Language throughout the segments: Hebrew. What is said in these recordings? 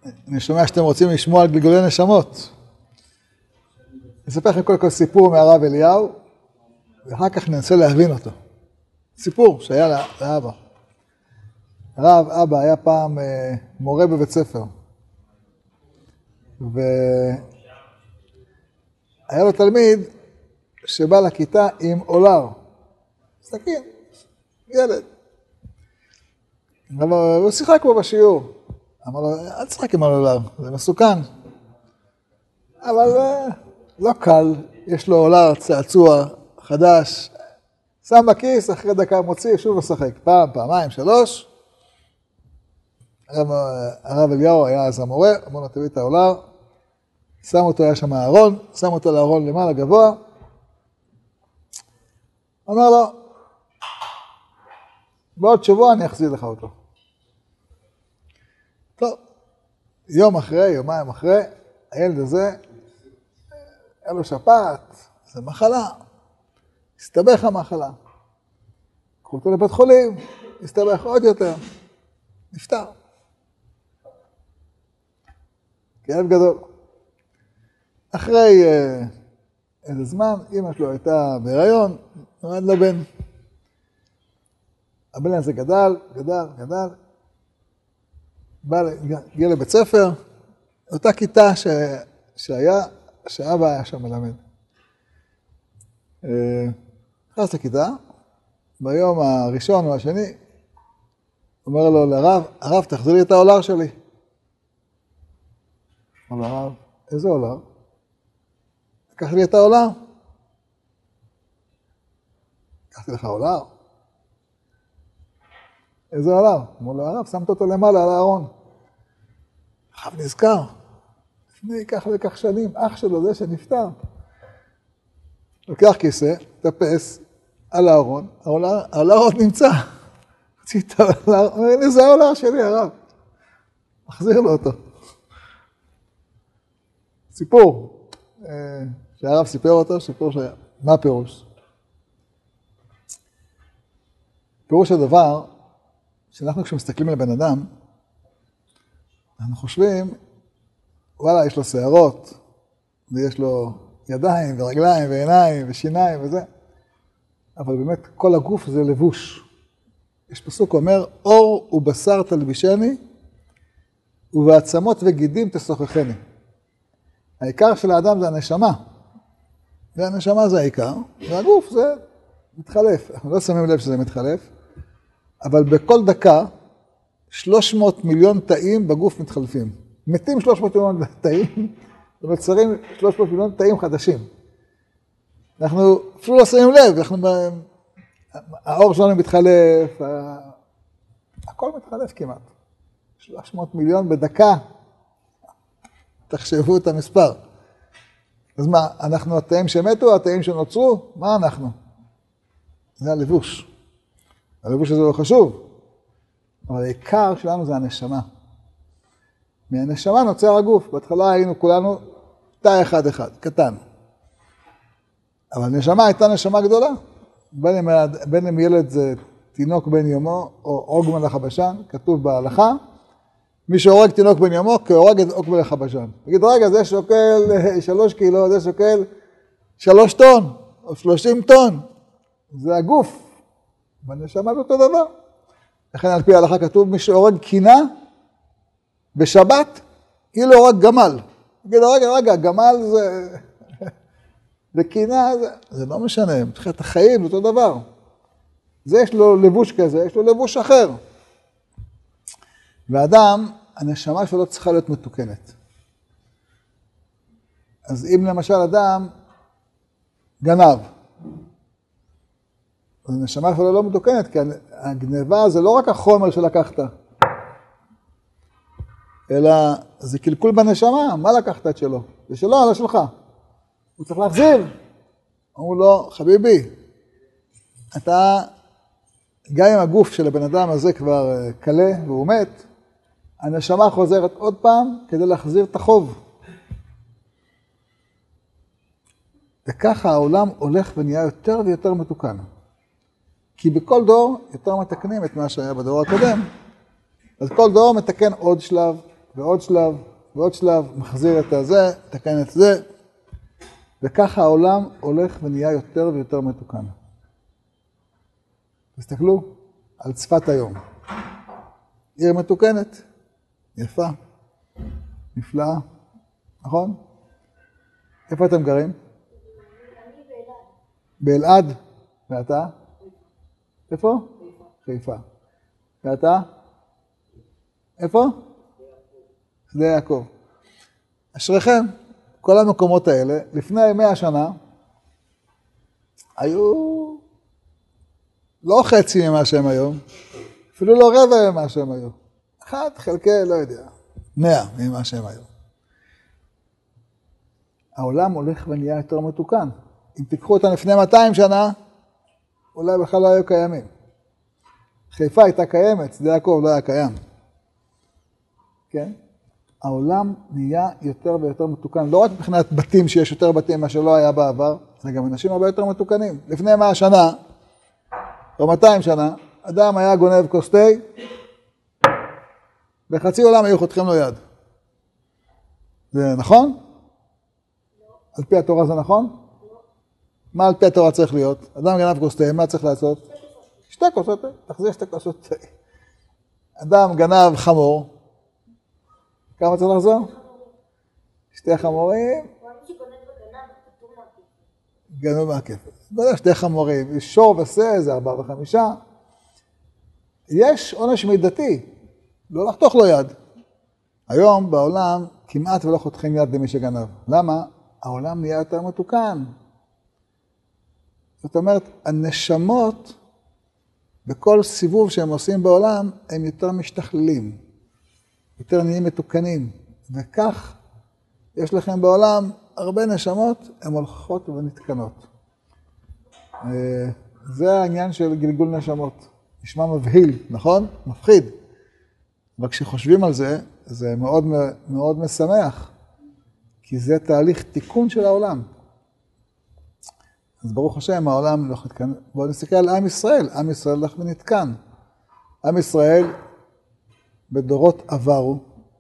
אני שומע שאתם רוצים לשמוע על גלגולי נשמות. אני אספר לכם קודם כל סיפור מהרב אליהו, ואחר כך ננסה להבין אותו. סיפור שהיה לאבא. הרב אבא היה פעם מורה בבית ספר. והיה לו תלמיד שבא לכיתה עם אולר. סכין, ילד. הוא שיחק בו בשיעור. אמר לו, אל תשחק עם האולר, זה מסוכן. אבל לא קל, יש לו אולר צעצוע חדש. שם בכיס, אחרי דקה מוציא, שוב לשחק. פעם, פעמיים, 3. הרב אליהו היה אז המורה, אמר לו, תביא את האולר. שם אותו, היה שם הארון, שם אותו לארון למעלה גבוה. אמר לו, בעוד שבוע אני אחזיר לך אותו. טוב, יום אחרי, יומיים אחרי, הילד הזה, היה לו שפעת, זה מחלה. הסתבך המחלה. קחו אותו לבית חולים, הסתבך עוד יותר. נפטר. כאב גדול. אחרי איזה זמן, אמא שלו הייתה בהיריון, נולד לו בן. הבן הזה גדל, הגיע לבית ספר, אותה כיתה שאבא היה שם מלמד. נכנס לכיתה, ביום הראשון או השני, אומר לו לרב, הרב תחזיר לי את האולר שלי. אומר לו הרב, איזה אולר? לקח לי את האולר. לקחתי לך אולר? איזה אולר? אומר לו הרב, שמת אותו למעלה על הארון. הרב נזכר. לפני כך וכך שנים, אח שלו זה שנפטר. לוקח כיסא, טפס על הארון, האולר עוד נמצא. הוציא את האולר, אומר לי, זה האולר שלי, הרב. מחזיר לו אותו. סיפור, שהרב סיפר אותו, סיפור שהיה. מה הפירוש? פירוש הדבר, שאנחנו כשמסתכלים על בן אדם, אנחנו חושבים, וואלה, יש לו שערות, ויש לו ידיים ורגליים ועיניים ושיניים וזה, אבל באמת כל הגוף זה לבוש. יש פסוק אומר, אור ובשר תלבישני, ובעצמות וגידים תשוחחני. העיקר של האדם זה הנשמה. והנשמה זה העיקר, והגוף זה מתחלף. אנחנו לא שמים לב שזה מתחלף, אבל בכל דקה 300 מיליון תאים בגוף מתחלפים. מתים 300 מיליון תאים, ונוצרים 300 מיליון תאים חדשים. אנחנו אפילו לא שמים לב, העור שלנו מתחלף, הכל מתחלף כמעט. 300 מיליון בדקה. תחשבו את המספר. אז מה, אנחנו התאים שמתו, התאים שנוצרו? מה אנחנו? זה הלבוש. הלבוש הזה הוא חשוב. אבל העיקר שלנו זה הנשמה. מהנשמה נוצר הגוף. בהתחלה היינו כולנו תא אחד, קטן. אבל הנשמה הייתה נשמה גדולה. בין אם ילד זה תינוק בן יומו, או עוג מלך הבשן, כתוב בהלכה, מי שהורג תינוק בן יומו, כהורג את עוג מלך הבשן. תגיד, רגע, זה שוקל 3 קילו, זה שוקל 3 טון, או 30 טון. זה הגוף. בנשמה זה אותו דבר. לכן על פי ההלכה כתוב, מי שהורג קינה בשבת, כאילו הורג גמל. תגיד, רגע, גמל זה... וקינה זה לא משנה, מבחינת החיים זה אותו דבר. זה יש לו לבוש כזה, יש לו לבוש אחר. ואדם, הנשמה שלו צריכה להיות מתוקנת. אז אם למשל אדם גנב, אז הנשמה שלו לא מתוקנת, כי הגניבה זה לא רק החומר שלקחת, אלא זה קלקול בנשמה, מה לקחת את שלו? זה שלו, לא שלך. הוא צריך להחזיר. אמרו לו, חביבי, אתה, גם אם הגוף של הבן אדם הזה כבר קלה והוא מת, הנשמה חוזרת עוד פעם כדי להחזיר את החוב. וככה העולם הולך ונהיה יותר ויותר מתוקן. כי בכל דור יותר מתקנים את מה שהיה בדור הקודם. אז כל דור מתקן עוד שלב, ועוד שלב, ועוד שלב, מחזיר את הזה, תקן את זה, וככה העולם הולך ונהיה יותר ויותר מתוקן. תסתכלו על צפת היום. עיר מתוקנת, יפה, נפלאה, נכון? איפה אתם גרים? אני באלעד. ואתה? איפה? חיפה. ואתה? איפה? שדה יעקב. אשריכם, כל המקומות האלה, לפני 100 שנה, היו לא חצי ממה שהם היום, אפילו לא רבע ממה שהם היו. 1 חלקי, לא יודע, 100 ממה שהם היו. העולם הולך ונהיה יותר מתוקן. אם תיקחו אותם לפני 200 שנה, אולי בכלל לא היו קיימים. חיפה הייתה קיימת, שדה יעקב לא היה קיים. כן? העולם נהיה יותר ויותר מתוקן, לא רק מבחינת בתים שיש יותר בתים מה שלא היה בעבר, זה גם אנשים הרבה יותר מתוקנים. לפני 100 שנה, או 200 שנה, אדם היה גונב כוס תה, בחצי עולם היו חותכים לו יד. זה נכון? על פי התורה זה נכון? מה על פי התורה צריך להיות? אדם גנב כוס תה, מה צריך לעשות? 2 כוסות תה, תחזיר 2 כוסות תה. אדם גנב חמור, כמה צריך לחזור? 2 חמורים. גנוב מהכפל. גנב 2 חמורים, שור ושה זה 4 ו5. יש עונש מידתי, לא לחתוך לו יד. היום בעולם כמעט ולא חותכים יד למי שגנב. למה? העולם נהיה יותר מתוקן. זאת אומרת, הנשמות בכל סיבוב שהם עושים בעולם, הם יותר משתכללים, יותר נהיים מתוקנים. וכך יש לכם בעולם הרבה נשמות, הן הולכות ונתקנות. זה העניין של גלגול נשמות. נשמע מבהיל, נכון? מפחיד. אבל כשחושבים על זה, זה מאוד מאוד משמח, כי זה תהליך תיקון של העולם. אז ברוך השם, העולם לא נתקן. בואו נסתכל על עם ישראל. עם ישראל הולך ונתקן. עם ישראל בדורות עברו,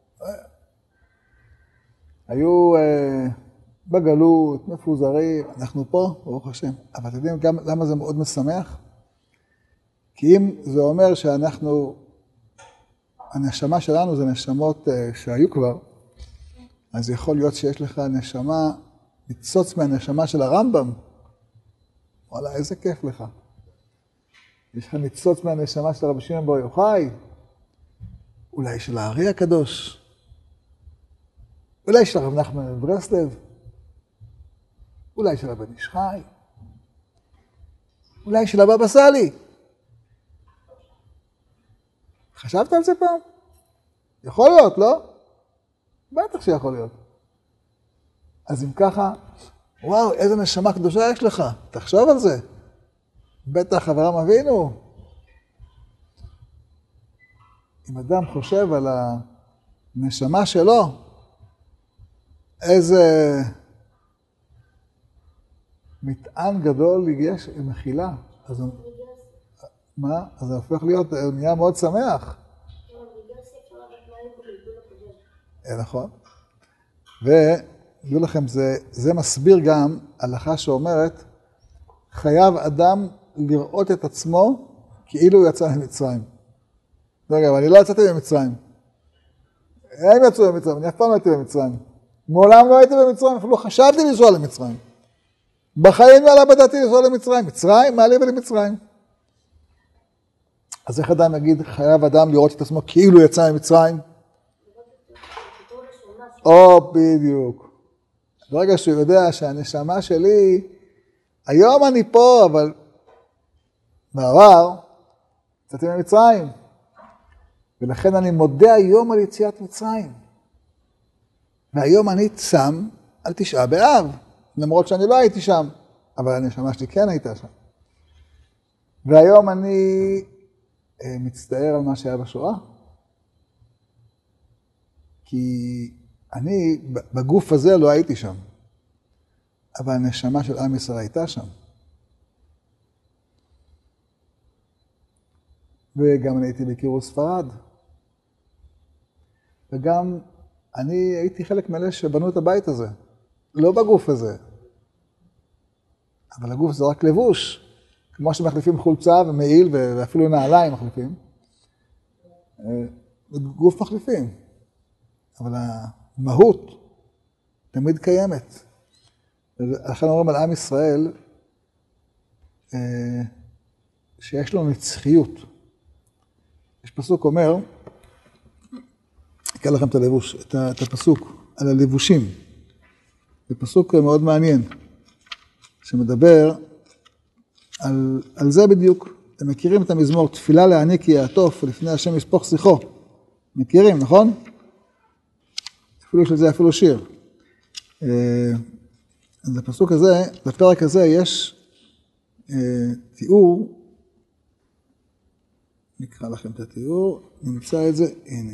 היו בגלות, מפוזרים, אנחנו פה, ברוך השם. אבל אתם יודעים גם למה זה מאוד משמח? כי אם זה אומר שאנחנו, הנשמה שלנו זה נשמות שהיו כבר, אז יכול להיות שיש לך נשמה, ניצוץ מהנשמה של הרמב"ם. וואלה, איזה כיף לך. יש לך ניצוץ מהנשמה של רבי שמעון בר יוחאי, אולי של הארי הקדוש, אולי של הרב נחמן מברסלב, אולי של הבן איש חי, אולי של הבבא סאלי. חשבת על זה פעם? יכול להיות, לא? בטח שיכול להיות. אז אם ככה, וואו, איזה נשמה קדושה יש לך, תחשוב על זה. בטח אברהם אבינו. אם אדם חושב על הנשמה שלו, איזה מטען גדול יש מחילה. אז מה? אז זה הופך להיות, נהיה מאוד שמח. נכון. וידעו לכם, זה מסביר גם הלכה שאומרת, חייב אדם לראות את עצמו כאילו הוא יצא ממצרים. רגע, אבל אני לא יצאתי ממצרים. הם יצאו ממצרים, אני אף פעם לא הייתי במצרים. מעולם לא הייתי במצרים, אפילו חשבתי לנסוע למצרים. בחיים לא עלה בדעתי לנסוע למצרים. מצרים? מה לי ולמצרים? אז איך אדם יגיד, חייב אדם לראות את עצמו כאילו יצא ממצרים? או, בדיוק. ברגע שהוא יודע שהנשמה שלי, היום אני פה, אבל בעבר, יצאתי ממצרים. ולכן אני מודה היום על יציאת מצרים. והיום אני צם על 9 באב, למרות שאני לא הייתי שם, אבל הנשמה שלי כן הייתה שם. והיום אני מצטער על מה שהיה בשואה, כי אני בגוף הזה לא הייתי שם, אבל הנשמה של עם ישראל הייתה שם. וגם אני הייתי בקירוש ספרד. וגם אני הייתי חלק מאלה שבנו את הבית הזה. לא בגוף הזה. אבל הגוף זה רק לבוש. כמו שמחליפים חולצה ומעיל ואפילו נעליים מחליפים. גוף מחליפים. אבל המהות תמיד קיימת. לכן אומרים על עם ישראל שיש לו נצחיות. יש פסוק אומר, אקרא לכם את הלבוש, את הפסוק על הלבושים. זה פסוק מאוד מעניין, שמדבר על זה בדיוק. אתם מכירים את המזמור, תפילה לעני כי יעטוף ולפני השם יספוך שיחו. מכירים, נכון? אפילו של זה אפילו שיר. אז לפסוק הזה, לפרק הזה יש תיאור, נקרא לכם את התיאור, נמצא את זה, הנה.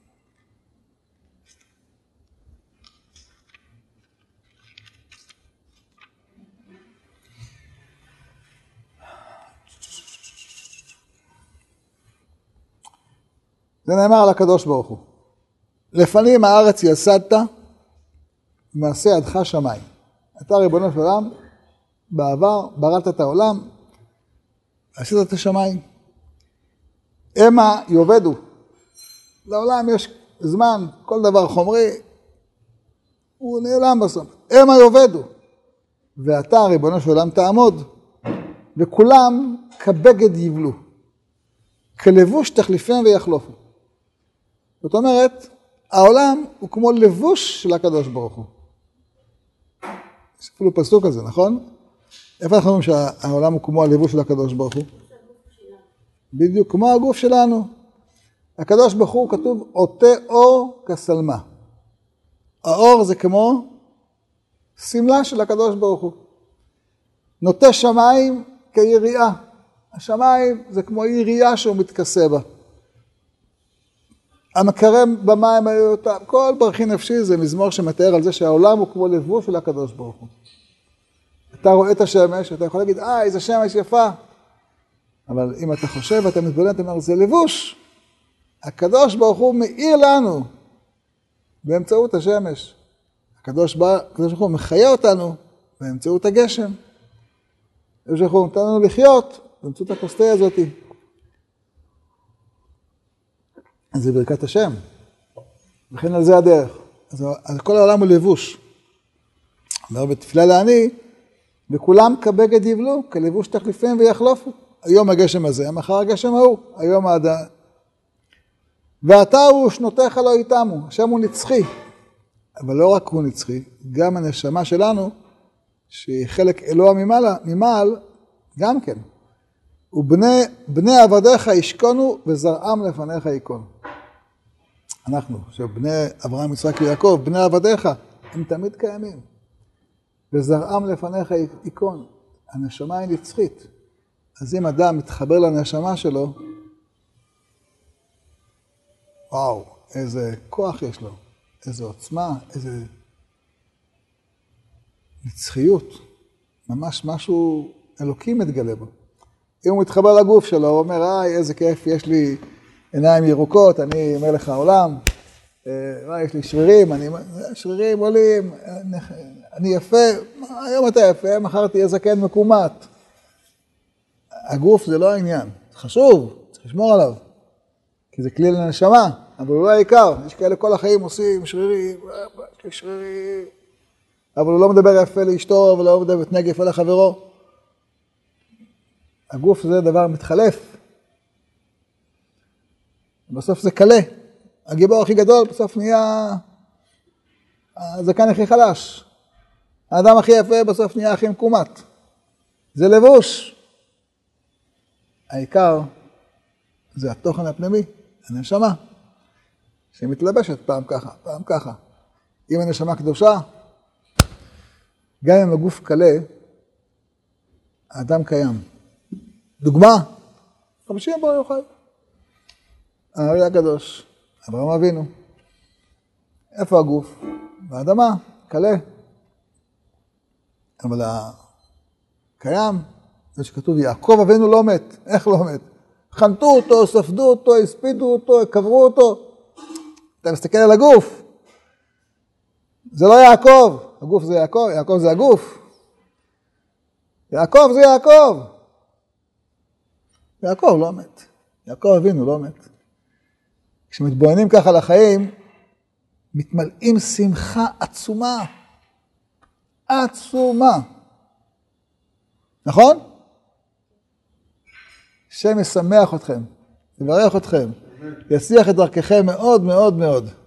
זה נאמר על הקדוש ברוך הוא. לפנים הארץ יסדת, מעשה ידך שמיים. אתה ריבונו של עולם, בעבר בראת את העולם, עשית את השמיים. המה יאבדו. לעולם יש זמן, כל דבר חומרי, הוא נעלם בסוף. המה יאבדו. ואתה ריבונו של עולם תעמוד, וכולם כבגד יבלו. כלבוש תחליפיהם ויחלופו. זאת אומרת, העולם הוא כמו לבוש של הקדוש ברוך הוא. יש אפילו פסוק הזה, נכון? איפה אנחנו אומרים שהעולם הוא כמו הלבוש של הקדוש ברוך הוא? בדיוק, כמו הגוף שלנו. הקדוש ברוך הוא כתוב, עוטה אור כסלמה. האור זה כמו סמלה של הקדוש ברוך הוא. נוטה שמיים כיריעה. השמיים זה כמו יריעה שהוא מתכסה בה. המקרם במים היו אותם. כל ברכי נפשי זה מזמור שמתאר על זה שהעולם הוא כמו לבוש של הקדוש ברוך הוא. אתה רואה את השמש, אתה יכול להגיד, איזה שמש יפה. אבל אם אתה חושב, אתה מתבונן, אתה אומר, זה לבוש. הקדוש ברוך הוא מאיר לנו באמצעות השמש. הקדוש ברוך הוא מחיה אותנו באמצעות הגשם. הקדוש ברוך הוא נתן לנו לחיות באמצעות הכוסתה הזאת. אז זה ברכת השם. וכן על זה הדרך. אז כל העולם הוא לבוש. אומר בתפילה לעני, וכולם כבגד יבלו, כלבוש תחליפיהם ויחלופו. היום הגשם הזה, מחר הגשם ההוא, היום העדה. ואתה הוא שנותיך לא איתמו, השם הוא נצחי. אבל לא רק הוא נצחי, גם הנשמה שלנו, שהיא חלק אלוה ממעל, גם כן. ובני עבדיך ישכונו וזרעם לפניך ייכון. אנחנו, שבני אברהם, יצחק ויעקב, בני עבדיך, הם תמיד קיימים. וזרעם לפניך ייכון. הנשמה היא נצחית. אז אם אדם מתחבר לנשמה שלו, וואו, איזה כוח יש לו, איזה עוצמה, איזה נצחיות. ממש משהו אלוקי מתגלה בו. אם הוא מתחבר לגוף שלו, הוא אומר, איזה כיף, יש לי עיניים ירוקות, אני מלך העולם, יש לי שרירים, שרירים עולים, אני יפה, היום אתה יפה, מחר תהיה זקן מקומט. הגוף זה לא העניין, זה חשוב, צריך לשמור עליו, כי זה כלי לנשמה, אבל הוא לא העיקר, יש כאלה כל החיים עושים שרירים, יש לי שרירים, אבל הוא לא מדבר יפה לאשתו, ולא מדבר מתנהג יפה לחברו. הגוף זה דבר מתחלף. בסוף זה קלה. הגיבור הכי גדול בסוף נהיה הזקן הכי חלש. האדם הכי יפה בסוף נהיה הכי מקומט. זה לבוש. העיקר זה התוכן הפנימי, הנשמה, שמתלבשת פעם ככה, פעם ככה. אם הנשמה קדושה, גם אם הגוף קלה, האדם קיים. דוגמה, 50 בר יוחאי. הארי הקדוש, אברהם אבינו. איפה הגוף? באדמה, קלה. אבל הקיים, זה שכתוב, יעקב אבינו לא מת. איך לא מת? חנתו אותו, ספדו אותו, הספידו אותו, קברו אותו. אתה מסתכל על הגוף. זה לא יעקב, הגוף זה יעקב, יעקב זה הגוף. יעקב זה יעקב. יעקב לא מת. יעקב אבינו לא מת. כשמתבוננים ככה לחיים, מתמלאים שמחה עצומה. עצומה. נכון? השם ישמח אתכם, יברך אתכם, יצליח את דרככם מאוד מאוד מאוד.